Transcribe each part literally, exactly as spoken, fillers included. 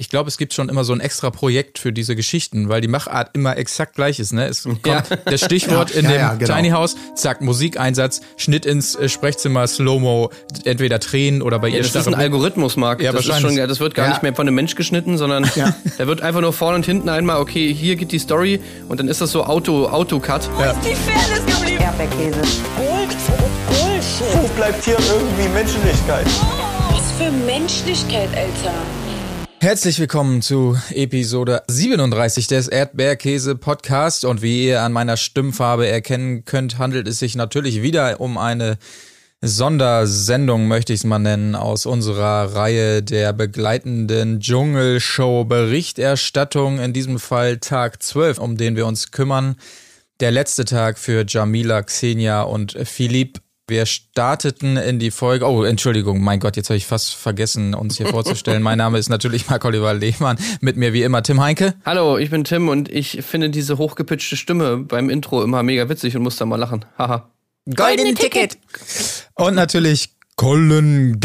ich glaube, es gibt schon immer so ein extra Projekt für diese Geschichten, weil die Machart immer exakt gleich ist. Ne? Es kommt ja. das Stichwort ja, in ja, dem ja, genau. Tiny House, zack, Musikeinsatz, Schnitt ins äh, Sprechzimmer, Slow-Mo, entweder Tränen oder bei ja, ihr das ist ein Algorithmus, Marc. Ja, das, ist schon, das wird gar ja. nicht mehr von einem Mensch geschnitten, sondern ja. da wird einfach nur vorne und hinten einmal, okay, hier geht die Story und dann ist das so Auto, Auto-Cut. Wo ja. ist die Fairness geblieben? Erdbeerkäse. Gold, Bullshit. Wo bleibt hier irgendwie Menschlichkeit? Was für Menschlichkeit, Alter. Herzlich willkommen zu Episode siebenunddreißig des Erdbeerkäse-Podcast und wie ihr an meiner Stimmfarbe erkennen könnt, handelt es sich natürlich wieder um eine Sondersendung, möchte ich es mal nennen, aus unserer Reihe der begleitenden Dschungelshow-Berichterstattung, in diesem Fall Tag zwölf, um den wir uns kümmern. Der letzte Tag für Jamila, Xenia und Philipp. Wir starteten in die Folge, oh, Entschuldigung, mein Gott, jetzt habe ich fast vergessen, uns hier vorzustellen. Mein Name ist natürlich Marc-Oliver Lehmann, mit mir wie immer Tim Heinke. Hallo, ich bin Tim und ich finde diese hochgepitchte Stimme beim Intro immer mega witzig und muss da mal lachen. Haha. Golden Ticket! Und natürlich Colin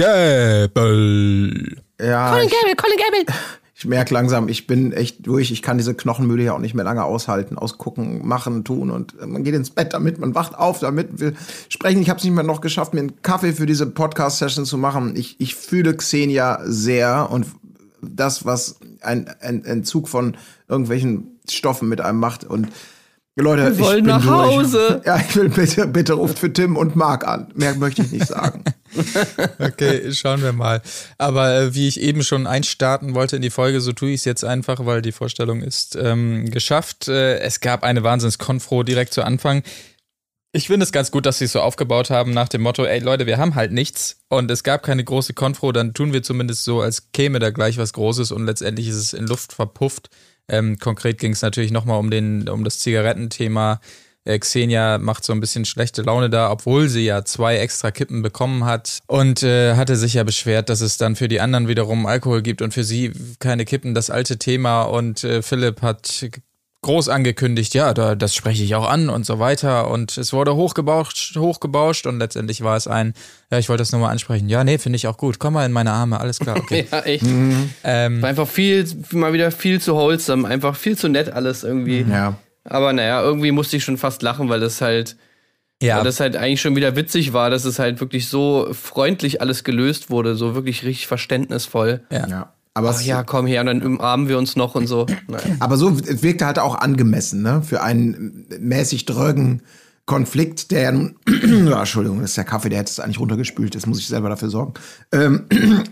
Gable. Ja, Colin Gable, Colin Gable! Ich merke langsam, ich bin echt durch. Ich kann diese Knochenmühle ja auch nicht mehr lange aushalten. Ausgucken, machen, tun. Und man geht ins Bett damit, man wacht auf damit. Wir sprechen. Ich habe es nicht mehr noch geschafft, mir einen Kaffee für diese Podcast-Session zu machen. Ich, ich fühle Xenia sehr. Und das, was ein, ein Entzug von irgendwelchen Stoffen mit einem macht. Und Leute, wir wollen ich bin nach durch. Hause. Ja, ich will bitte, bitte ruft für Tim und Marc an. Mehr möchte ich nicht sagen. Okay, schauen wir mal. Aber äh, wie ich eben schon einstarten wollte in die Folge, so tue ich es jetzt einfach, weil die Vorstellung ist ähm, geschafft. Äh, es gab eine Wahnsinns-Konfro direkt zu Anfang. Ich finde es ganz gut, dass sie es so aufgebaut haben nach dem Motto, ey Leute, wir haben halt nichts und es gab keine große Konfro, dann tun wir zumindest so, als käme da gleich was Großes und letztendlich ist es in Luft verpufft. Ähm, konkret ging es natürlich nochmal um den, um das Zigarettenthema. Äh, Xenia macht so ein bisschen schlechte Laune da, obwohl sie ja zwei extra Kippen bekommen hat und äh, hatte sich ja beschwert, dass es dann für die anderen wiederum Alkohol gibt und für sie keine Kippen, das alte Thema. Und äh, Philipp hat groß angekündigt, ja, da, das spreche ich auch an und so weiter. Und es wurde hochgebauscht, hochgebauscht und letztendlich war es ein, ja, ich wollte das nur mal ansprechen. Ja, nee, finde ich auch gut. Komm mal in meine Arme, alles klar, okay. Ja, echt. Mhm. Ähm, war einfach viel, mal wieder viel zu wholesome, einfach viel zu nett alles irgendwie. Ja. Aber naja, irgendwie musste ich schon fast lachen, weil das halt, ja. weil das halt eigentlich schon wieder witzig war, dass es halt wirklich so freundlich alles gelöst wurde, so wirklich richtig verständnisvoll. Ja. ja. Aber Ach ja, komm her, und dann umarmen wir uns noch und so. Naja. Aber so wirkte halt auch angemessen, ne? Für einen mäßig drögen Konflikt, der ja nun, ja, Entschuldigung, das ist der Kaffee, der hätte es eigentlich runtergespült, jetzt muss ich selber dafür sorgen. Ähm,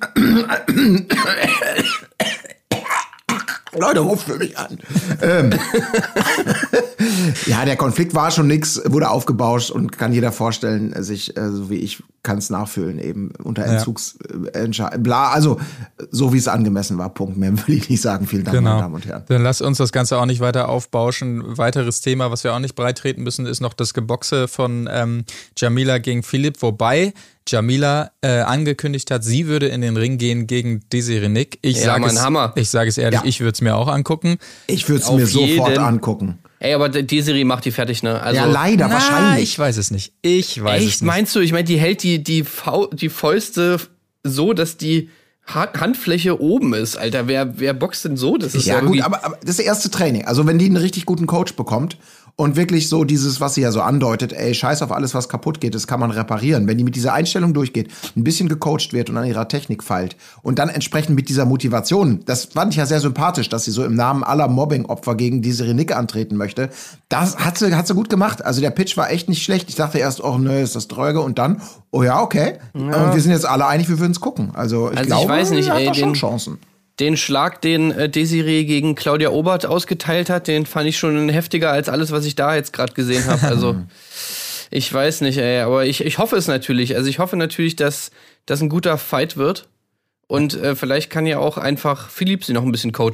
Leute, ruft für mich an. ähm, ja, der Konflikt war schon nix, wurde aufgebauscht und kann jeder vorstellen, sich, äh, so wie ich, kann es nachfühlen, eben unter Entzugs, äh, bla, also so wie es angemessen war, Punkt. Mehr will ich nicht sagen. Vielen Dank, genau. Meine Damen und Herren. Dann lasst uns das Ganze auch nicht weiter aufbauschen. Weiteres Thema, was wir auch nicht breit treten müssen, ist noch das Geboxe von ähm, Jamila gegen Philipp, wobei Jamila äh, angekündigt hat, sie würde in den Ring gehen gegen Desiree Nick. Ich ja, sage es, Hammer. ich sage es ehrlich, ja. Ich würde es mir auch angucken. Ich würde es mir sofort angucken. Ey, aber Desiree macht die fertig, ne? Also, ja, leider, na, wahrscheinlich. Ich weiß es nicht. Ich weiß Echt? es nicht. Meinst du, ich meine, die hält die, die, Fau- die Fäuste so, dass die ha- Handfläche oben ist, Alter. Wer, wer boxt denn so? Das ist ja, ja gut, aber, aber das erste Training. Also, wenn die einen richtig guten Coach bekommt und wirklich so dieses, was sie ja so andeutet, ey, scheiß auf alles, was kaputt geht, das kann man reparieren. Wenn die mit dieser Einstellung durchgeht, ein bisschen gecoacht wird und an ihrer Technik feilt und dann entsprechend mit dieser Motivation, das fand ich ja sehr sympathisch, dass sie so im Namen aller Mobbing-Opfer gegen diese Nick antreten möchte. Das hat sie, hat sie gut gemacht. Also der Pitch war echt nicht schlecht. Ich dachte erst, oh nö, ist das dröge und dann, oh ja, okay. Ja. Und wir sind jetzt alle einig, wir würden es gucken. Also ich also glaube, ich weiß nicht, er hat ey, da schon den, Chancen. Den Schlag, den äh, Desiree gegen Claudia Obert ausgeteilt hat, den fand ich schon heftiger als alles, was ich da jetzt gerade gesehen habe. Also ich weiß nicht, ey, aber ich, ich hoffe es natürlich. Also ich hoffe natürlich, dass das ein guter Fight wird. Und äh, vielleicht kann ja auch einfach Philipp sie noch ein bisschen coachen.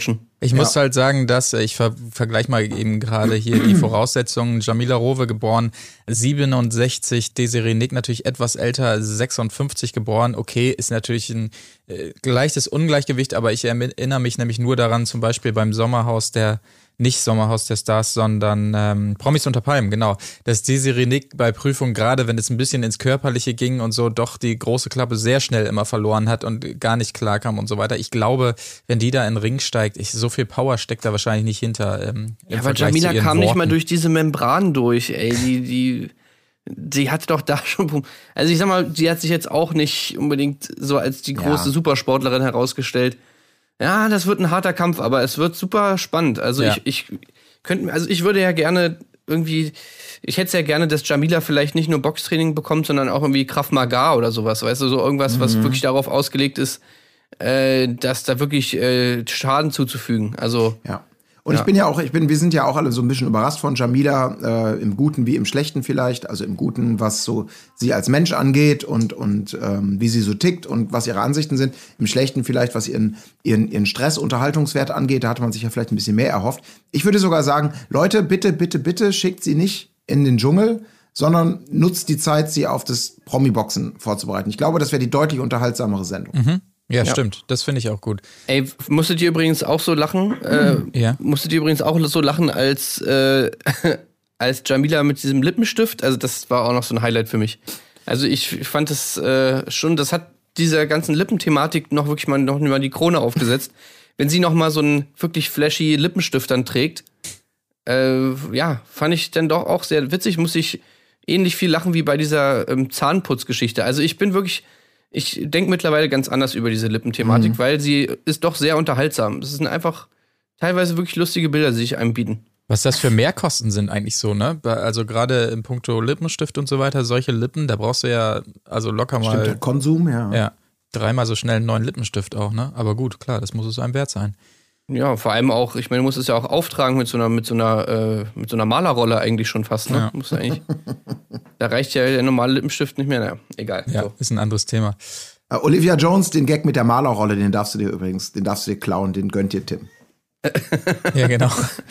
Ich Ja. muss halt sagen, dass, äh, ich ver vergleiche mal eben gerade hier die Voraussetzungen. Jamila Rowe geboren, siebenundsechzig, Desiree Nick natürlich etwas älter, sechsundfünfzig geboren. Okay, ist natürlich ein äh, leichtes Ungleichgewicht, aber ich erinnere mich nämlich nur daran, zum Beispiel beim Sommerhaus der nicht Sommerhaus der Stars, sondern ähm, Promis unter Palmen, genau. Dass Desiree Nick bei Prüfungen, gerade wenn es ein bisschen ins Körperliche ging und so, doch die große Klappe sehr schnell immer verloren hat und gar nicht klarkam und so weiter. Ich glaube, wenn die da in den Ring steigt, ich, so viel Power steckt da wahrscheinlich nicht hinter. Ähm, Ja, aber Jamila kam Worten. nicht mal durch diese Membran durch, ey. Die, die, die hatte doch da schon. Also ich sag mal, sie hat sich jetzt auch nicht unbedingt so als die große Ja. Supersportlerin herausgestellt. Ja, das wird ein harter Kampf, aber es wird super spannend. Also Ja. ich, ich könnte, also ich würde ja gerne irgendwie, ich hätte es ja gerne, dass Jamila vielleicht nicht nur Boxtraining bekommt, sondern auch irgendwie Krav Maga oder sowas, weißt du, so irgendwas, Mhm. was wirklich darauf ausgelegt ist, äh, dass da wirklich äh, Schaden zuzufügen. Also Ja. Und Ja. ich bin ja auch, ich bin, wir sind ja auch alle so ein bisschen überrascht von Jamila, äh, im Guten wie im Schlechten vielleicht. Also im Guten, was so sie als Mensch angeht und, und ähm, wie sie so tickt und was ihre Ansichten sind. Im Schlechten vielleicht, was ihren, ihren, ihren Stress-Unterhaltungswert angeht. Da hatte man sich ja vielleicht ein bisschen mehr erhofft. Ich würde sogar sagen, Leute, bitte, bitte, bitte schickt sie nicht in den Dschungel, sondern nutzt die Zeit, sie auf das Promi-Boxen vorzubereiten. Ich glaube, das wäre die deutlich unterhaltsamere Sendung. Mhm. Ja, stimmt. Das finde ich auch gut. Ey, musstet ihr übrigens auch so lachen? Äh, Ja. Musstet ihr übrigens auch so lachen, als, äh, als Jamila mit diesem Lippenstift? Also, das war auch noch so ein Highlight für mich. Also, ich fand das äh, schon, das hat dieser ganzen Lippenthematik noch wirklich mal, noch mal die Krone aufgesetzt. Wenn sie noch mal so einen wirklich flashy Lippenstift dann trägt, äh, ja, fand ich dann doch auch sehr witzig. Muss ich ähnlich viel lachen wie bei dieser ähm, Zahnputzgeschichte. Also, ich bin wirklich. Ich denke mittlerweile ganz anders über diese Lippenthematik, Mhm. weil sie ist doch sehr unterhaltsam. Das sind einfach teilweise wirklich lustige Bilder, die sich einem bieten. Was das für Mehrkosten sind eigentlich so, ne? Also gerade im Puncto Lippenstift und so weiter, solche Lippen, da brauchst du ja also locker mal Stimmt, der Konsum, ja. ja, dreimal so schnell einen neuen Lippenstift auch, ne? Aber gut, klar, das muss es einem wert sein. Ja, vor allem auch, ich meine, du musst es ja auch auftragen mit so einer, mit so einer, äh, mit so einer Malerrolle eigentlich schon fast, ne? Ja. Musst du eigentlich, da reicht ja der normale Lippenstift nicht mehr, naja, egal. Ja, So. ist ein anderes Thema. Äh, Olivia Jones, den Gag mit der Malerrolle, den darfst du dir übrigens, den darfst du dir klauen, den gönnt dir Tim. Ja, genau.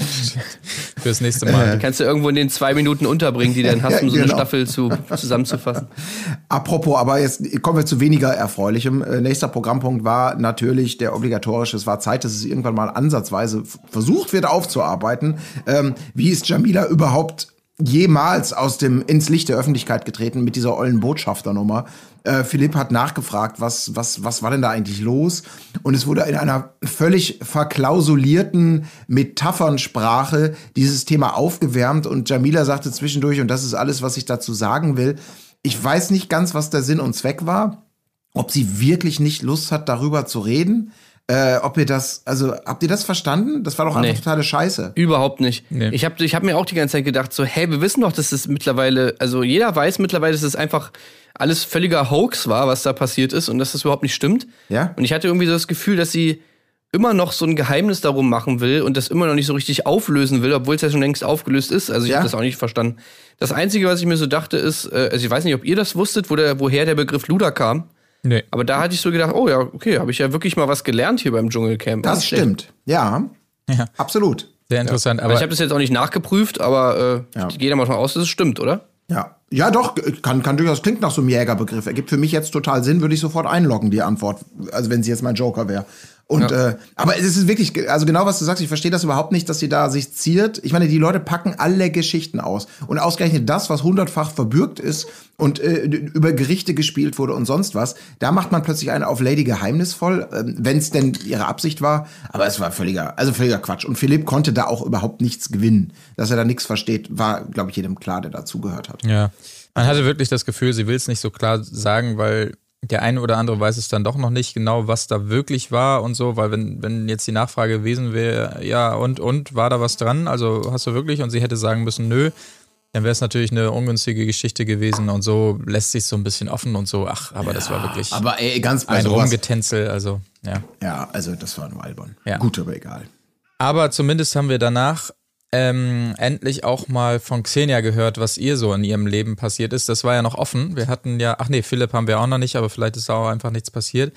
Fürs nächste Mal. Kannst du irgendwo in den zwei Minuten unterbringen, die du dann hast, um so eine Genau. Staffel zu, zusammenzufassen. Apropos, aber jetzt kommen wir zu weniger Erfreulichem. Äh, nächster Programmpunkt war natürlich der obligatorische. Es war Zeit, dass es irgendwann mal ansatzweise f- versucht wird aufzuarbeiten. Ähm, wie ist Jamila überhaupt jemals aus dem ins Licht der Öffentlichkeit getreten mit dieser ollen Botschafternummer? Äh, Philipp hat nachgefragt, was, was, was war denn da eigentlich los? Und es wurde in einer völlig verklausulierten Metaphernsprache dieses Thema aufgewärmt. Und Jamila sagte zwischendurch, und das ist alles, was ich dazu sagen will, ich weiß nicht ganz, was der Sinn und Zweck war, ob sie wirklich nicht Lust hat, darüber zu reden. Äh, ob ihr das, also habt ihr das verstanden? Das war doch einfach Nee. totale Scheiße. Überhaupt nicht. Nee. Ich habe ich hab mir auch die ganze Zeit gedacht, so, hey, wir wissen doch, dass es mittlerweile, also jeder weiß mittlerweile, dass es einfach alles völliger Hoax war, was da passiert ist und dass das überhaupt nicht stimmt. Ja? Und ich hatte irgendwie so das Gefühl, dass sie immer noch so ein Geheimnis darum machen will und das immer noch nicht so richtig auflösen will, obwohl es ja schon längst aufgelöst ist. Also ich Ja. habe das auch nicht verstanden. Das Einzige, was ich mir so dachte, ist, äh, also ich weiß nicht, ob ihr das wusstet, wo der, woher der Begriff Luder kam. Nee. Aber da hatte ich so gedacht, oh ja, okay, habe ich ja wirklich mal was gelernt hier beim Dschungelcamp. Das Nicht schlecht. stimmt. Ja, Ja, absolut. sehr interessant. Aber ich Aber habe das jetzt auch nicht nachgeprüft, aber äh, Ja. ich gehe da mal davon aus, dass es stimmt, oder? Ja. Ja, doch, kann, kann durchaus, klingt nach so einem Jägerbegriff. Ergibt für mich jetzt total Sinn, würde ich sofort einloggen, die Antwort. Also wenn sie jetzt mein Joker wäre. Und, Ja. äh, aber es ist wirklich, also genau was du sagst, ich verstehe das überhaupt nicht, dass sie da sich ziert. Ich meine, die Leute packen alle Geschichten aus. Und ausgerechnet das, was hundertfach verbürgt ist und äh, über Gerichte gespielt wurde und sonst was, da macht man plötzlich eine auf Lady geheimnisvoll, äh, wenn es denn ihre Absicht war. Aber es war völliger, also völliger Quatsch. Und Philipp konnte da auch überhaupt nichts gewinnen. Dass er da nichts versteht, war, glaube ich, jedem klar, der dazugehört hat. ja, man hatte wirklich das Gefühl, sie will es nicht so klar sagen, weil der eine oder andere weiß es dann doch noch nicht genau, was da wirklich war und so, weil wenn, wenn jetzt die Nachfrage gewesen wäre, ja und, und, war da was dran, also hast du wirklich, und sie hätte sagen müssen, nö, dann wäre es natürlich eine ungünstige Geschichte gewesen und so lässt sich so ein bisschen offen und so, ach, aber das war wirklich Aber ey, ganz bei ein sowas. Rumgetänzel, also, ja. Ja, also das war nur albern. Ja. Gut, aber egal. Aber zumindest haben wir danach ähm, endlich auch mal von Xenia gehört, was ihr so in ihrem Leben passiert ist. Das war ja noch offen. Wir hatten ja, ach nee, Philipp haben wir auch noch nicht, aber vielleicht ist da auch einfach nichts passiert.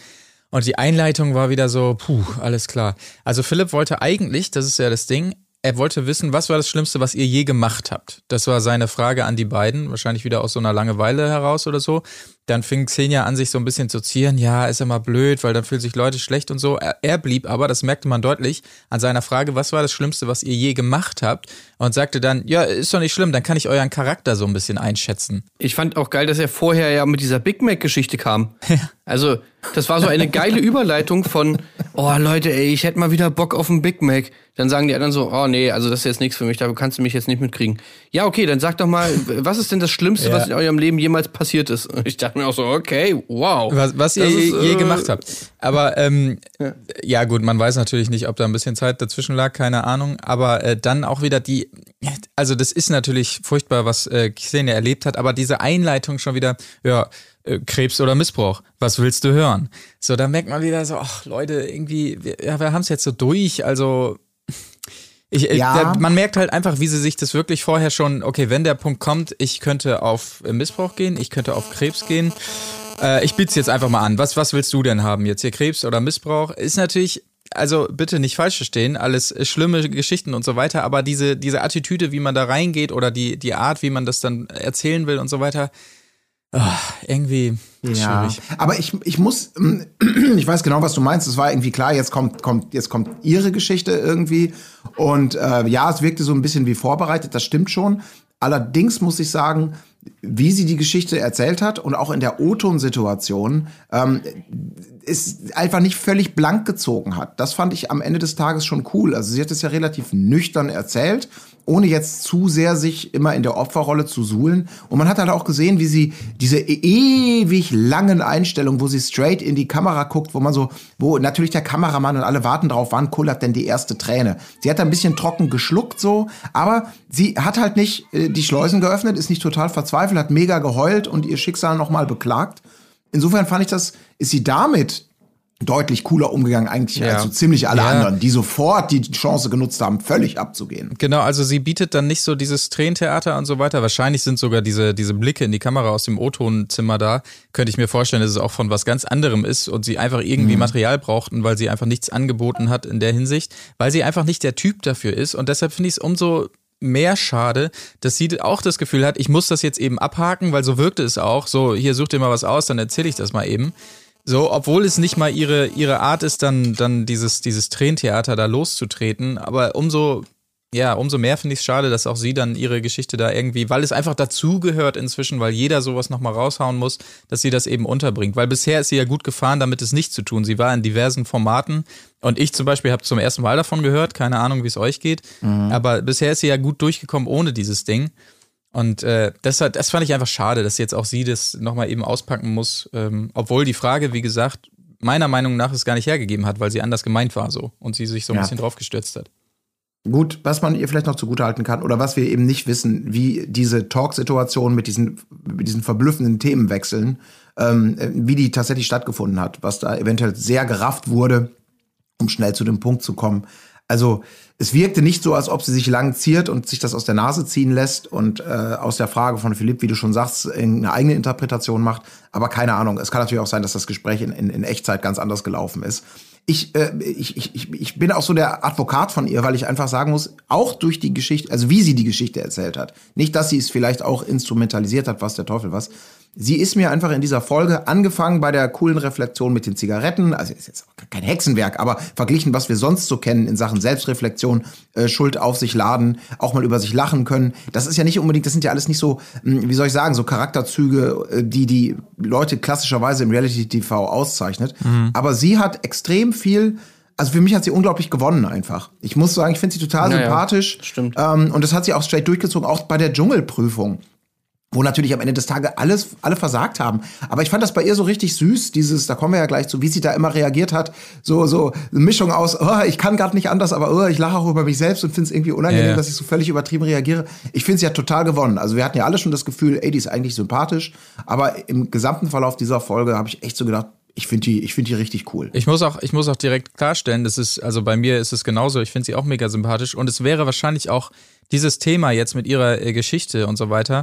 Und die Einleitung war wieder so, puh, alles klar. Also Philipp wollte eigentlich, das ist ja das Ding, er wollte wissen, was war das Schlimmste, was ihr je gemacht habt? Das war seine Frage an die beiden, wahrscheinlich wieder aus so einer Langeweile heraus oder so. Dann fing Xenia an, sich so ein bisschen zu zieren. Ja, ist ja mal blöd, weil dann fühlen sich Leute schlecht und so. Er, er blieb aber, das merkte man deutlich, an seiner Frage, was war das Schlimmste, was ihr je gemacht habt? Und sagte dann, ja, ist doch nicht schlimm, dann kann ich euren Charakter so ein bisschen einschätzen. Ich fand auch geil, dass er vorher ja mit dieser Big Mac-Geschichte kam. Also, das war so eine geile Überleitung von, oh Leute, ey, ich hätte mal wieder Bock auf einen Big Mac. Dann sagen die anderen so, oh nee, also das ist jetzt nichts für mich, da kannst du mich jetzt nicht mitkriegen. Ja, okay, dann sag doch mal, was ist denn das Schlimmste, ja. was in eurem Leben jemals passiert ist? Und ich dachte mir auch so, okay, wow. Was, was ihr ist, je äh, gemacht habt. Aber ähm, ja. ja gut, man weiß natürlich nicht, ob da ein bisschen Zeit dazwischen lag, keine Ahnung. Aber äh, dann auch wieder die, also das ist natürlich furchtbar, was äh, Xenia erlebt hat, aber diese Einleitung schon wieder, ja, Krebs oder Missbrauch, was willst du hören? So, da merkt man wieder so, ach Leute, irgendwie, wir, ja, wir haben es jetzt so durch, also ich, ja. da, man merkt halt einfach, wie sie sich das wirklich vorher schon, okay, wenn der Punkt kommt, ich könnte auf Missbrauch gehen, ich könnte auf Krebs gehen, äh, ich biete es jetzt einfach mal an, was, was willst du denn haben jetzt hier, Krebs oder Missbrauch? Ist natürlich, also bitte nicht falsch verstehen, alles schlimme Geschichten und so weiter, aber diese, diese Attitüde, wie man da reingeht oder die, die Art, wie man das dann erzählen will und so weiter, oh, irgendwie ja. schwierig. Aber ich, ich muss, ich weiß genau, was du meinst. Es war irgendwie klar, jetzt kommt, kommt, jetzt kommt ihre Geschichte irgendwie. Und äh, ja, es wirkte so ein bisschen wie vorbereitet, das stimmt schon. Allerdings muss ich sagen, wie sie die Geschichte erzählt hat und auch in der O-Ton-Situation ähm, ist einfach nicht völlig blank gezogen hat. Das fand ich am Ende des Tages schon cool. Also sie hat es ja relativ nüchtern erzählt, ohne jetzt zu sehr sich immer in der Opferrolle zu suhlen. Und man hat halt auch gesehen, wie sie diese ewig langen Einstellungen, wo sie straight in die Kamera guckt, wo man so, wo natürlich der Kameramann und alle warten drauf, wann kullert denn die erste Träne. Sie hat da ein bisschen trocken geschluckt so, aber sie hat halt nicht äh, die Schleusen geöffnet, ist nicht total verzweifelt, hat mega geheult und ihr Schicksal nochmal beklagt. Insofern fand ich das, ist sie damit deutlich cooler umgegangen eigentlich ja. als so ziemlich alle ja. anderen, die sofort die Chance genutzt haben, völlig abzugehen. Genau, also sie bietet dann nicht so dieses Tränentheater und so weiter. Wahrscheinlich sind sogar diese, diese Blicke in die Kamera aus dem O-Tonzimmer da. Könnte ich mir vorstellen, dass es auch von was ganz anderem ist und sie einfach irgendwie mhm. Material brauchten, weil sie einfach nichts angeboten hat in der Hinsicht, weil sie einfach nicht der Typ dafür ist. Und deshalb finde ich es umso mehr schade, dass sie auch das Gefühl hat, ich muss das jetzt eben abhaken, weil so wirkte es auch. So, hier such dir mal was aus, dann erzähle ich das mal eben. So, obwohl es nicht mal ihre, ihre Art ist, dann, dann dieses, dieses Tränentheater da loszutreten. Aber umso, ja, umso mehr finde ich es schade, dass auch sie dann ihre Geschichte da irgendwie, weil es einfach dazugehört inzwischen, weil jeder sowas nochmal raushauen muss, dass sie das eben unterbringt. Weil bisher ist sie ja gut gefahren, damit es nicht zu tun. Sie war in diversen Formaten und ich zum Beispiel habe zum ersten Mal davon gehört, keine Ahnung, wie es euch geht. Mhm. Aber bisher ist sie ja gut durchgekommen ohne dieses Ding. Und äh, das, hat, das fand ich einfach schade, dass jetzt auch sie das nochmal eben auspacken muss, ähm, obwohl die Frage, wie gesagt, meiner Meinung nach es gar nicht hergegeben hat, weil sie anders gemeint war so und sie sich so ein ja. bisschen drauf gestürzt hat. Gut, was man ihr vielleicht noch zugutehalten kann oder was wir eben nicht wissen, wie diese Talk-Situation mit diesen, mit diesen verblüffenden Themenwechseln, ähm, wie die tatsächlich stattgefunden hat, was da eventuell sehr gerafft wurde, um schnell zu dem Punkt zu kommen. Also es wirkte nicht so, als ob sie sich lang ziert und sich das aus der Nase ziehen lässt und äh, aus der Frage von Philipp, wie du schon sagst, eine eigene Interpretation macht. Aber keine Ahnung, es kann natürlich auch sein, dass das Gespräch in, in, in Echtzeit ganz anders gelaufen ist. Ich, äh, ich, ich, ich bin auch so der Advokat von ihr, weil ich einfach sagen muss, auch durch die Geschichte, also wie sie die Geschichte erzählt hat, nicht, dass sie es vielleicht auch instrumentalisiert hat, was der Teufel was. Sie ist mir einfach in dieser Folge, angefangen bei der coolen Reflexion mit den Zigaretten, also ist jetzt kein Hexenwerk, aber verglichen, was wir sonst so kennen in Sachen Selbstreflexion, äh, Schuld auf sich laden, auch mal über sich lachen können. Das ist ja nicht unbedingt, das sind ja alles nicht so, wie soll ich sagen, so Charakterzüge, die die Leute klassischerweise im Reality-T V auszeichnet. Mhm. Aber sie hat extrem viel, also für mich hat sie unglaublich gewonnen einfach. Ich muss sagen, ich finde sie total ja, sympathisch. Ja, stimmt. Ähm, und das hat sie auch straight durchgezogen, auch bei der Dschungelprüfung, wo natürlich am Ende des Tages alles, alle versagt haben. Aber ich fand das bei ihr so richtig süß, dieses, da kommen wir ja gleich zu, wie sie da immer reagiert hat, so, so eine Mischung aus, oh, ich kann gerade nicht anders, aber oh, ich lache auch über mich selbst und finde es irgendwie unangenehm, ja, ja. dass ich so völlig übertrieben reagiere. Ich finde, sie hat total gewonnen. Also wir hatten ja alle schon das Gefühl, ey, die ist eigentlich sympathisch, aber im gesamten Verlauf dieser Folge habe ich echt so gedacht, ich finde die, ich finde die richtig cool. Ich muss auch, ich muss auch direkt klarstellen, das ist, also bei mir ist es genauso, ich finde sie auch mega sympathisch und es wäre wahrscheinlich auch dieses Thema jetzt mit ihrer äh, Geschichte und so weiter,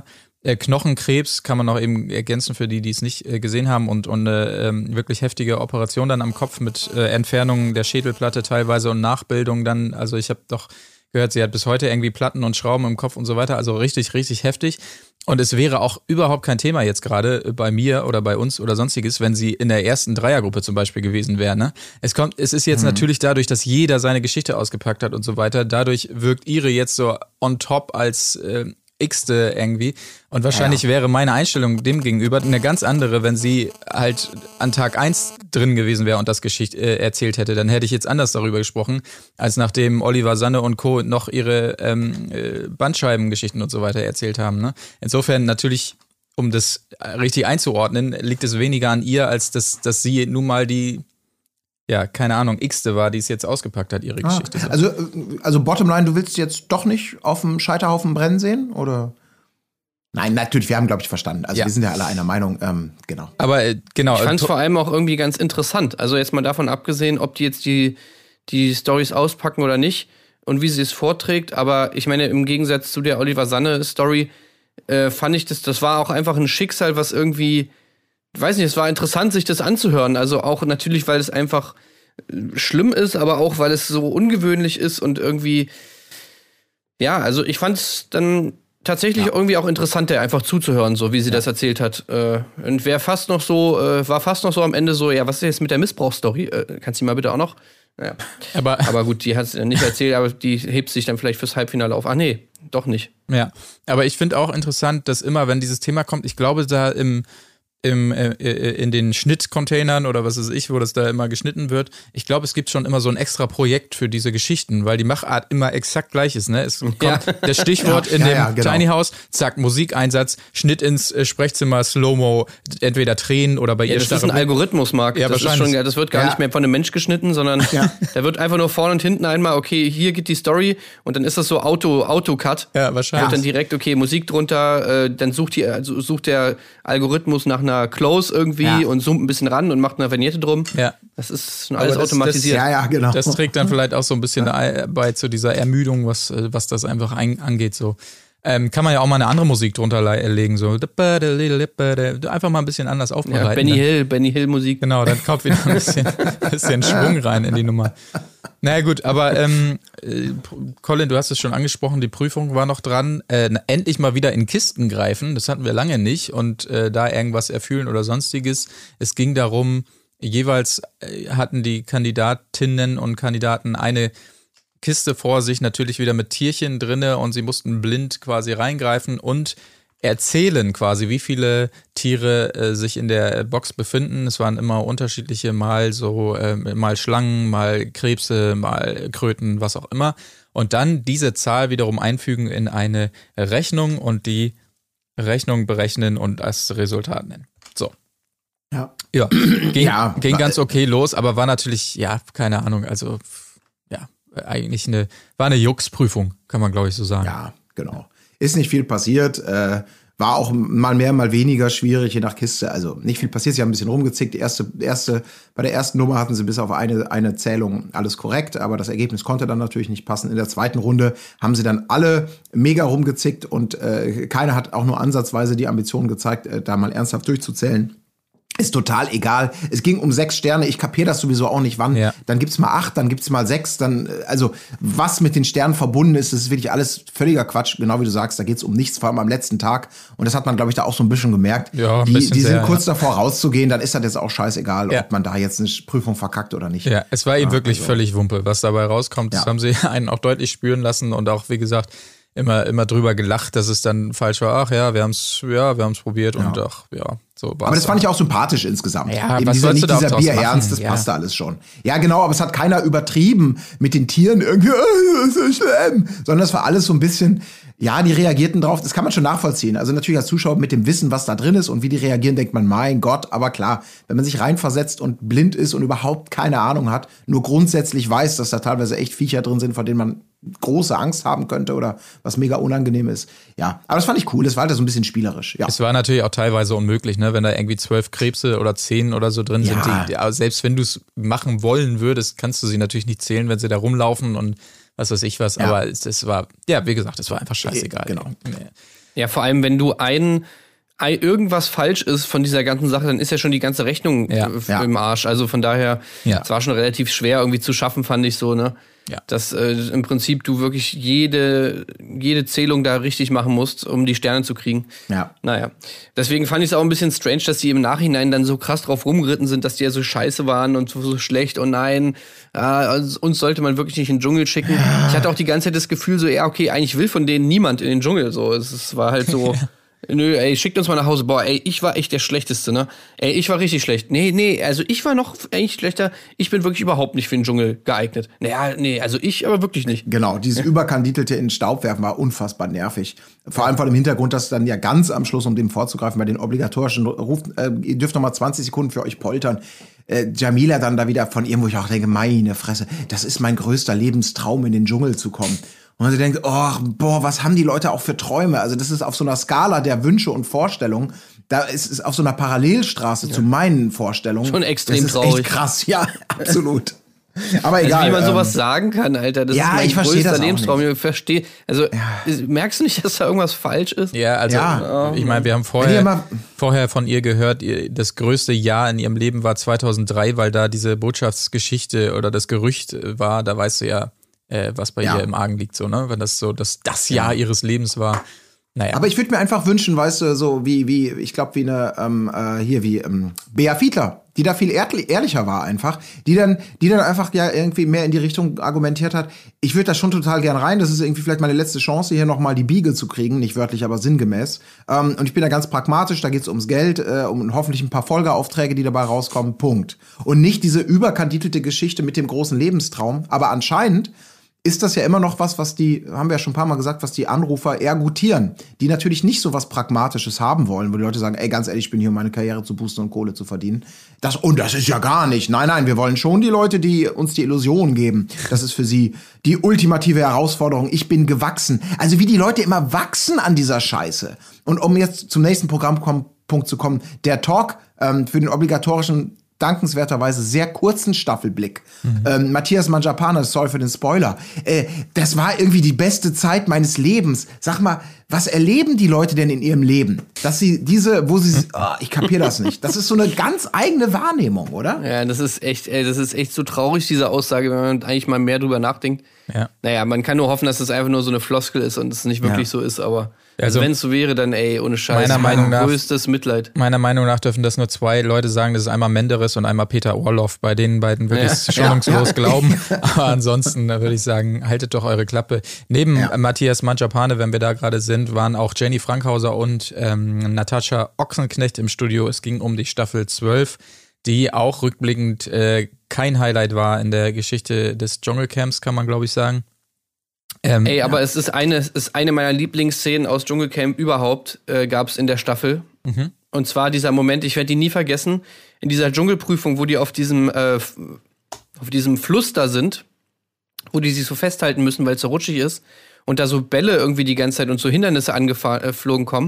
äh, Knochenkrebs kann man noch eben ergänzen für die, die es nicht äh, gesehen haben und, und eine ähm, wirklich heftige Operation dann am Kopf mit äh, Entfernung der Schädelplatte teilweise und Nachbildung dann, also ich habe doch gehört, sie hat bis heute irgendwie Platten und Schrauben im Kopf und so weiter, also richtig, richtig heftig. Und es wäre auch überhaupt kein Thema jetzt gerade bei mir oder bei uns oder sonstiges, wenn sie in der ersten Dreiergruppe zum Beispiel gewesen wäre. Ne? Es kommt, es ist jetzt mhm. natürlich dadurch, dass jeder seine Geschichte ausgepackt hat und so weiter. Dadurch wirkt ihre jetzt so on top als äh, X-te irgendwie. Und wahrscheinlich ja. wäre meine Einstellung dem gegenüber eine ganz andere, wenn sie halt an Tag eins drin gewesen wäre und das Geschichte äh, erzählt hätte. Dann hätte ich jetzt anders darüber gesprochen, als nachdem Oliver Sanne und Co. noch ihre ähm, äh, Bandscheibengeschichten und so weiter erzählt haben. Ne? Insofern natürlich, um das richtig einzuordnen, liegt es weniger an ihr, als dass, dass sie nun mal die ja, keine Ahnung, X-te war, die es jetzt ausgepackt hat, ihre ah, Geschichte. So. Also, also Bottomline, du willst jetzt doch nicht auf dem Scheiterhaufen brennen sehen, oder? Nein, natürlich, wir haben, glaube ich, verstanden. Also ja. wir sind ja alle einer Meinung, ähm, genau. Aber äh, genau. Ich fand es vor allem auch irgendwie ganz interessant. Also jetzt mal davon abgesehen, ob die jetzt die, die Storys auspacken oder nicht und wie sie es vorträgt. Aber ich meine, im Gegensatz zu der Oliver Sanne-Story äh, fand ich das, das war auch einfach ein Schicksal, was irgendwie weiß nicht, es war interessant, sich das anzuhören. Also auch natürlich, weil es einfach schlimm ist, aber auch, weil es so ungewöhnlich ist und irgendwie, ja, also ich fand es dann tatsächlich ja. irgendwie auch interessant, der einfach zuzuhören, so wie sie ja. das erzählt hat. Und wer fast noch so, war fast noch so am Ende so, ja, was ist jetzt mit der Missbrauchsstory? Kannst du die mal bitte auch noch? Ja. Aber, aber gut, die hat es nicht erzählt, aber die hebt sich dann vielleicht fürs Halbfinale auf. Ach nee, doch nicht. Ja, aber ich finde auch interessant, dass immer, wenn dieses Thema kommt, ich glaube, da im Im, äh, in den Schnittcontainern oder was weiß ich, wo das da immer geschnitten wird. Ich glaube, es gibt schon immer so ein extra Projekt für diese Geschichten, weil die Machart immer exakt gleich ist. Ne? Es kommt ja. das Stichwort ja, in ja, dem ja, genau. Tiny House, zack, Musikeinsatz, Schnitt ins äh, Sprechzimmer, Slow-Mo, entweder Tränen oder bei ja, ihr das ist ein Algorithmus, Marc. Ja, das, ist schon, das wird gar ja. nicht mehr von einem Mensch geschnitten, sondern ja. da wird einfach nur vorne und hinten einmal, okay, hier geht die Story und dann ist das so Auto, Auto-Cut. Ja, wahrscheinlich. Und dann direkt, okay, Musik drunter, äh, dann sucht, die, sucht der Algorithmus nach einer Close irgendwie ja. und zoomt ein bisschen ran und macht eine Vignette drum. Ja. Das ist schon alles das, automatisiert. Das, ja, ja, genau. Das trägt dann vielleicht auch so ein bisschen ja. bei zu dieser Ermüdung, was, was das einfach ein, angeht. So. Ähm, kann man ja auch mal eine andere Musik drunter legen. So. Einfach mal ein bisschen anders aufbereiten. Ja, Benny Hill, Benny Hill Musik. Genau, dann kommt wieder ein bisschen, bisschen Schwung rein in die Nummer. Naja gut, aber ähm, Colin, du hast es schon angesprochen, die Prüfung war noch dran. Äh, endlich mal wieder in Kisten greifen, das hatten wir lange nicht. Und äh, da irgendwas erfüllen oder sonstiges. Es ging darum, jeweils äh, hatten die Kandidatinnen und Kandidaten eine Kiste vor sich, natürlich wieder mit Tierchen drinne und sie mussten blind quasi reingreifen und erzählen quasi, wie viele Tiere äh, sich in der Box befinden. Es waren immer unterschiedliche, mal so, äh, mal Schlangen, mal Krebse, mal Kröten, was auch immer. Und dann diese Zahl wiederum einfügen in eine Rechnung und die Rechnung berechnen und das Resultat nennen. So. Ja. Ja, ging, ja, ging ganz okay los, aber war natürlich, ja, keine Ahnung, also ja, eigentlich eine, war eine Jux-Prüfung, kann man glaube ich so sagen. Ja, genau. Ist nicht viel passiert, äh, war auch mal mehr, mal weniger schwierig, je nach Kiste. Also nicht viel passiert, sie haben ein bisschen rumgezickt. Die erste, erste, bei der ersten Nummer hatten sie bis auf eine, eine Zählung alles korrekt, aber das Ergebnis konnte dann natürlich nicht passen. In der zweiten Runde haben sie dann alle mega rumgezickt und äh, keiner hat auch nur ansatzweise die Ambition gezeigt, äh, da mal ernsthaft durchzuzählen. Ist total egal. Es ging um sechs Sterne. Ich kapiere das sowieso auch nicht, wann. Ja. Dann gibt's mal acht, dann gibt's mal sechs. Dann, also, was mit den Sternen verbunden ist, das ist wirklich alles völliger Quatsch. Genau wie du sagst, da geht's um nichts, vor allem am letzten Tag. Und das hat man, glaube ich, da auch so ein bisschen gemerkt. Ja, ein die bisschen die sind sehr, kurz ja. davor rauszugehen, dann ist das jetzt auch scheißegal, ja. ob man da jetzt eine Prüfung verkackt oder nicht. Ja, es war ihnen ja, wirklich also. völlig Wumpe, was dabei rauskommt. Das ja. haben sie einen auch deutlich spüren lassen und auch, wie gesagt, immer, immer drüber gelacht, dass es dann falsch war. Ach ja, wir haben's, ja, wir haben's probiert ja. und ach, ja, so war's. Aber das fand ich auch sympathisch insgesamt. Ja, Eben was dieser, sollst nicht du da dieser auch draus Bierernst, machen? das Ja. passt da alles schon. Ja, genau, aber es hat keiner übertrieben mit den Tieren irgendwie, oh, das ist so schlimm. Sondern das war alles so ein bisschen, ja, die reagierten drauf, das kann man schon nachvollziehen. Also natürlich als Zuschauer mit dem Wissen, was da drin ist und wie die reagieren, denkt man, mein Gott, aber klar, wenn man sich reinversetzt und blind ist und überhaupt keine Ahnung hat, nur grundsätzlich weiß, dass da teilweise echt Viecher drin sind, vor denen man große Angst haben könnte oder was mega unangenehm ist. Ja, aber das fand ich cool, das war halt so ein bisschen spielerisch. Ja. Es war natürlich auch teilweise unmöglich, ne, wenn da irgendwie zwölf Krebse oder zehn oder so drin Ja. sind. Die, die, selbst wenn du es machen wollen würdest, kannst du sie natürlich nicht zählen, wenn sie da rumlaufen und was weiß ich was. Ja. Aber es, es war, ja, wie gesagt, es war einfach scheißegal. Genau. Nee. Ja, vor allem, wenn du einen irgendwas falsch ist von dieser ganzen Sache, dann ist ja schon die ganze Rechnung ja. f- Ja. im Arsch. Also von daher, Ja. es war schon relativ schwer irgendwie zu schaffen, fand ich so, ne? Ja. Dass äh, im Prinzip du wirklich jede, jede Zählung da richtig machen musst, um die Sterne zu kriegen. Ja. Naja. Deswegen fand ich es auch ein bisschen strange, dass die im Nachhinein dann so krass drauf rumgeritten sind, dass die ja so scheiße waren und so, so schlecht. Oh nein, äh, also uns sollte man wirklich nicht in den Dschungel schicken. Ja. Ich hatte auch die ganze Zeit das Gefühl so, ja, okay, eigentlich will von denen niemand in den Dschungel. So, es, es war halt so... Nö, ey, schickt uns mal nach Hause. Boah, ey, ich war echt der Schlechteste, ne? Ey, ich war richtig schlecht. Nee, nee, also ich war noch eigentlich schlechter. Ich bin wirklich überhaupt nicht für den Dschungel geeignet. Naja, nee, also ich aber wirklich nicht. Genau, dieses überkandidelte in den Staub werfen war unfassbar nervig. Vor allem vor dem Hintergrund, dass dann ja ganz am Schluss, um dem vorzugreifen, bei den obligatorischen Ruf, äh, ihr dürft noch mal zwanzig Sekunden für euch poltern, äh, Jamila dann da wieder von irgendwo, ich auch denke, meine Fresse, das ist mein größter Lebenstraum, in den Dschungel zu kommen. Und sie denkt, oh, boah, was haben die Leute auch für Träume? Also das ist auf so einer Skala der Wünsche und Vorstellungen, da ist es auf so einer Parallelstraße ja. zu meinen Vorstellungen. Schon extrem das ist traurig. echt krass, ja, absolut. Aber egal. Also wie man ähm, sowas sagen kann, Alter, das ja, ist mein ich verstehe größter das auch Lebenstraum. nicht. Ich verstehe, also Ja. merkst du nicht, dass da irgendwas falsch ist? Ja, also Ja. ich meine, wir haben Wenn vorher, ihr mal- vorher von ihr gehört, ihr, das größte Jahr in ihrem Leben war zweitausenddrei, weil da diese Botschaftsgeschichte oder das Gerücht war, da weißt du ja, äh, was bei Ja. ihr im Argen liegt, so, ne? Wenn das so das, das Jahr ihres Lebens war. Naja. Aber ich würde mir einfach wünschen, weißt du, so wie, wie ich glaube, wie eine, ähm, äh, hier, wie ähm, Bea Fiedler, die da viel ehrli- ehrlicher war einfach, die dann, die dann einfach ja irgendwie mehr in die Richtung argumentiert hat. Ich würde da schon total gern rein, das ist irgendwie vielleicht meine letzte Chance, hier nochmal die Biege zu kriegen, nicht wörtlich, aber sinngemäß. Ähm, und ich bin da ganz pragmatisch, da geht's ums Geld, äh, um hoffentlich ein paar Folgeaufträge, die dabei rauskommen, Punkt. Und nicht diese überkandidelte Geschichte mit dem großen Lebenstraum, aber anscheinend ist das ja immer noch was, was die, haben wir ja schon ein paar Mal gesagt, was die Anrufer eher gutieren, die natürlich nicht so was Pragmatisches haben wollen, wo die Leute sagen, ey, ganz ehrlich, ich bin hier, um meine Karriere zu boosten und Kohle zu verdienen. Das, und das ist ja gar nicht. Nein, nein, wir wollen schon die Leute, die uns die Illusion geben. Das ist für sie die ultimative Herausforderung. Ich bin gewachsen. Also wie die Leute immer wachsen an dieser Scheiße. Und um jetzt zum nächsten Programmpunkt zu kommen, der Talk ähm, für den obligatorischen dankenswerterweise sehr kurzen Staffelblick. Mhm. Ähm, Matthias Manjapane, sorry für den Spoiler. Äh, das war irgendwie die beste Zeit meines Lebens. Sag mal, was erleben die Leute denn in ihrem Leben? Dass sie diese, wo sie, oh, ich kapier das nicht. Das ist so eine ganz eigene Wahrnehmung, oder? Ja, das ist echt, ey, das ist echt so traurig, diese Aussage, wenn man eigentlich mal mehr drüber nachdenkt. Ja. Naja, man kann nur hoffen, dass das einfach nur so eine Floskel ist und es nicht wirklich Ja. so ist, aber Also, also, wenn es so wäre, dann ey, ohne Scheiß, meiner Meinung nach- größtes Mitleid. Meiner Meinung nach dürfen das nur zwei Leute sagen, das ist einmal Menderes und einmal Peter Orloff, bei denen beiden wirklich Ja. schonungslos Ja. glauben. Aber ansonsten würde ich sagen, haltet doch eure Klappe. Neben Ja. Matthias Manjapane, wenn wir da gerade sind, waren auch Jenny Frankhauser und ähm, Natascha Ochsenknecht im Studio. Es ging um die Staffel zwölf, die auch rückblickend äh, kein Highlight war in der Geschichte des Dschungelcamps, kann man glaube ich sagen. Ähm, Ey, aber es ist eine, es ist eine meiner Lieblingsszenen aus Dschungelcamp überhaupt, äh, gab es in der Staffel. Mhm. Und zwar dieser Moment, ich werde die nie vergessen, in dieser Dschungelprüfung, wo die auf diesem, äh, f- auf diesem Fluss da sind, wo die sich so festhalten müssen, weil es so rutschig ist und da so Bälle irgendwie die ganze Zeit und so Hindernisse angeflogen kommen.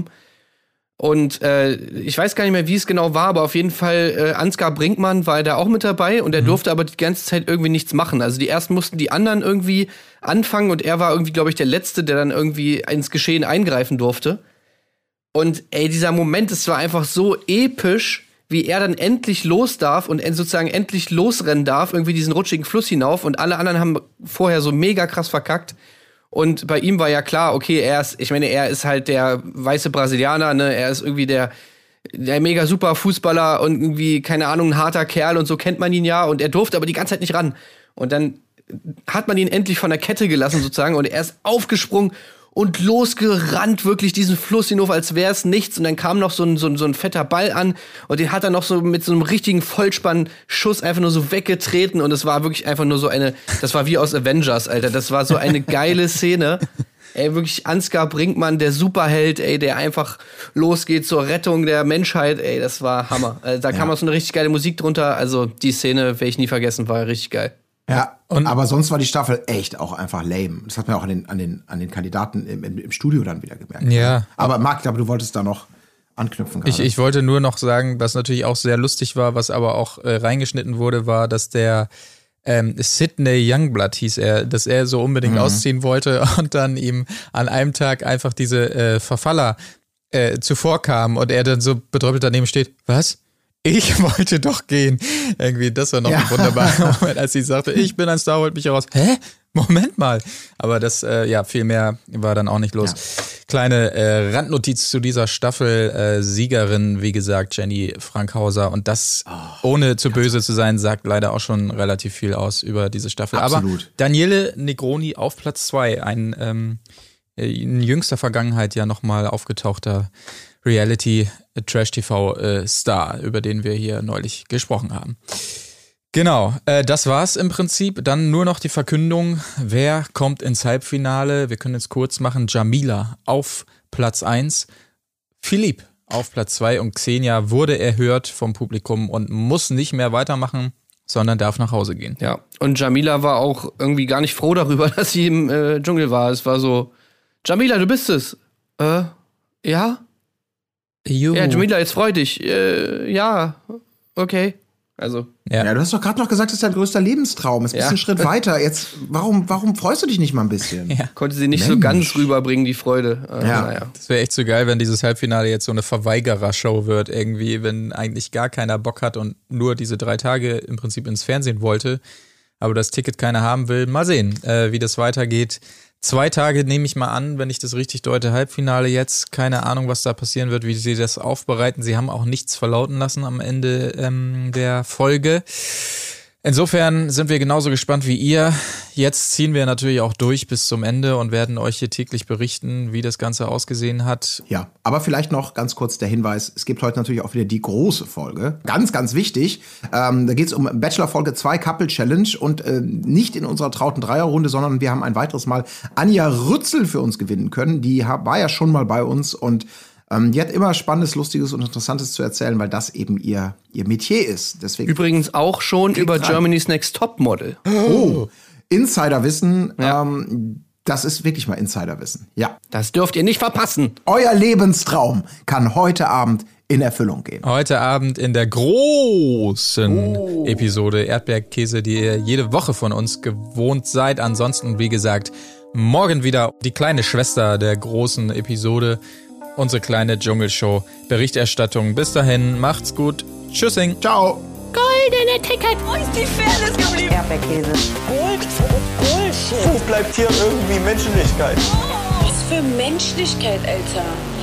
Und äh, ich weiß gar nicht mehr, wie es genau war, aber auf jeden Fall, äh, Ansgar Brinkmann war da auch mit dabei und er durfte aber die ganze Zeit irgendwie nichts machen. Also die ersten mussten die anderen irgendwie anfangen und er war irgendwie, glaube ich, der Letzte, der dann irgendwie ins Geschehen eingreifen durfte. Und ey, dieser Moment, es war einfach so episch, wie er dann endlich los darf und sozusagen endlich losrennen darf, irgendwie diesen rutschigen Fluss hinauf und alle anderen haben vorher so mega krass verkackt. Und bei ihm war ja klar, okay, er ist, ich meine, er ist halt der weiße Brasilianer, ne, er ist irgendwie der, der mega super Fußballer und irgendwie, keine Ahnung, ein harter Kerl und so kennt man ihn ja und er durfte aber die ganze Zeit nicht ran. Und dann hat man ihn endlich von der Kette gelassen sozusagen und er ist aufgesprungen und losgerannt, wirklich diesen Fluss hinauf, als wäre es nichts. Und dann kam noch so ein, so, ein, so ein fetter Ball an und den hat er noch so mit so einem richtigen Vollspann-Schuss einfach nur so weggetreten. Und es war wirklich einfach nur so eine, das war wie aus Avengers, Alter. Das war so eine geile Szene. Ey, wirklich Ansgar Brinkmann, der Superheld, ey, der einfach losgeht zur Rettung der Menschheit. Ey, das war Hammer. Also, da Ja. kam auch so eine richtig geile Musik drunter. Also die Szene werde ich nie vergessen, war richtig geil. Ja, Und- aber sonst war die Staffel echt auch einfach lame. Das hat man auch an den, an den, an den Kandidaten im, im, im Studio dann wieder gemerkt. Ja. Aber Marc, ich glaube, du wolltest da noch anknüpfen gerade. Ich, ich wollte nur noch sagen, was natürlich auch sehr lustig war, was aber auch äh, reingeschnitten wurde, war, dass der ähm, Sidney Youngblood hieß er, dass er so unbedingt mhm. ausziehen wollte und dann ihm an einem Tag einfach diese äh, Verfaller äh, zuvorkam und er dann so betröppelt daneben steht, was? Ich wollte doch gehen. Irgendwie, das war noch ja. ein wunderbarer Moment, als sie sagte, ich bin ein Star, holt mich raus. Hä? Moment mal. Aber das, äh, ja, viel mehr war dann auch nicht los. Ja. Kleine äh, Randnotiz zu dieser Staffel. Äh, Siegerin, wie gesagt, Jenny Frankhauser. Und das, oh, ohne zu böse zu sein, sagt leider auch schon relativ viel aus über diese Staffel. Absolut. Aber Daniele Negroni auf Platz zwei. Ein ähm, in jüngster Vergangenheit ja nochmal aufgetauchter Reality-Trash-T V-Star, über den wir hier neulich gesprochen haben. Genau, äh, das war's im Prinzip. Dann nur noch die Verkündung, wer kommt ins Halbfinale. Wir können es kurz machen. Jamila auf Platz eins, Philipp auf Platz zwei und Xenia wurde erhört vom Publikum und muss nicht mehr weitermachen, sondern darf nach Hause gehen. Ja, und Jamila war auch irgendwie gar nicht froh darüber, dass sie im äh, Dschungel war. Es war so, Jamila, du bist es. Äh, ja? Jo. Ja, Jamila, jetzt freu dich. Äh, ja, okay. Also. Ja. ja, du hast doch gerade noch gesagt, das ist dein größter Lebenstraum. Es ist ja. ein Schritt weiter. Jetzt, warum, warum freust du dich nicht mal ein bisschen? Ja. Konnte sie nicht Mensch. so ganz rüberbringen, die Freude. Äh, ja. Naja. Das wäre echt so geil, wenn dieses Halbfinale jetzt so eine Verweigerer-Show wird, irgendwie, wenn eigentlich gar keiner Bock hat und nur diese drei Tage im Prinzip ins Fernsehen wollte, aber das Ticket keiner haben will. Mal sehen, äh, wie das weitergeht. Zwei Tage nehme ich mal an, wenn ich das richtig deute, Halbfinale jetzt. Keine Ahnung, was da passieren wird, wie sie das aufbereiten. Sie haben auch nichts verlauten lassen am Ende ähm, der Folge. Insofern sind wir genauso gespannt wie ihr. Jetzt ziehen wir natürlich auch durch bis zum Ende und werden euch hier täglich berichten, wie das Ganze ausgesehen hat. Ja, aber vielleicht noch ganz kurz der Hinweis, es gibt heute natürlich auch wieder die große Folge. Ganz, ganz wichtig. Ähm, da geht es um Bachelor-Folge zwei Couple Challenge und äh, nicht in unserer trauten Dreierrunde, sondern wir haben ein weiteres Mal Anja Rützel für uns gewinnen können. Die war ja schon mal bei uns und Ähm, die hat immer Spannendes, Lustiges und Interessantes zu erzählen, weil das eben ihr, ihr Metier ist. Deswegen übrigens auch schon über rein. Germany's Next Topmodel. Oh, Insiderwissen. Ja. Ähm, das ist wirklich mal Insiderwissen. Ja. Das dürft ihr nicht verpassen. Euer Lebenstraum kann heute Abend in Erfüllung gehen. Heute Abend in der großen oh. Episode Erdbeerkäse, die ihr jede Woche von uns gewohnt seid. Ansonsten, wie gesagt, morgen wieder die kleine Schwester der großen Episode. Unsere kleine Dschungelshow Berichterstattung. Bis dahin, macht's gut. Tschüssing. Ciao. Goldene Ticket. Wo ist die Fairness geblieben? Erdbeerkäse. Gold, Bullshit. Wo bleibt hier irgendwie Menschlichkeit? Was für Menschlichkeit, Alter.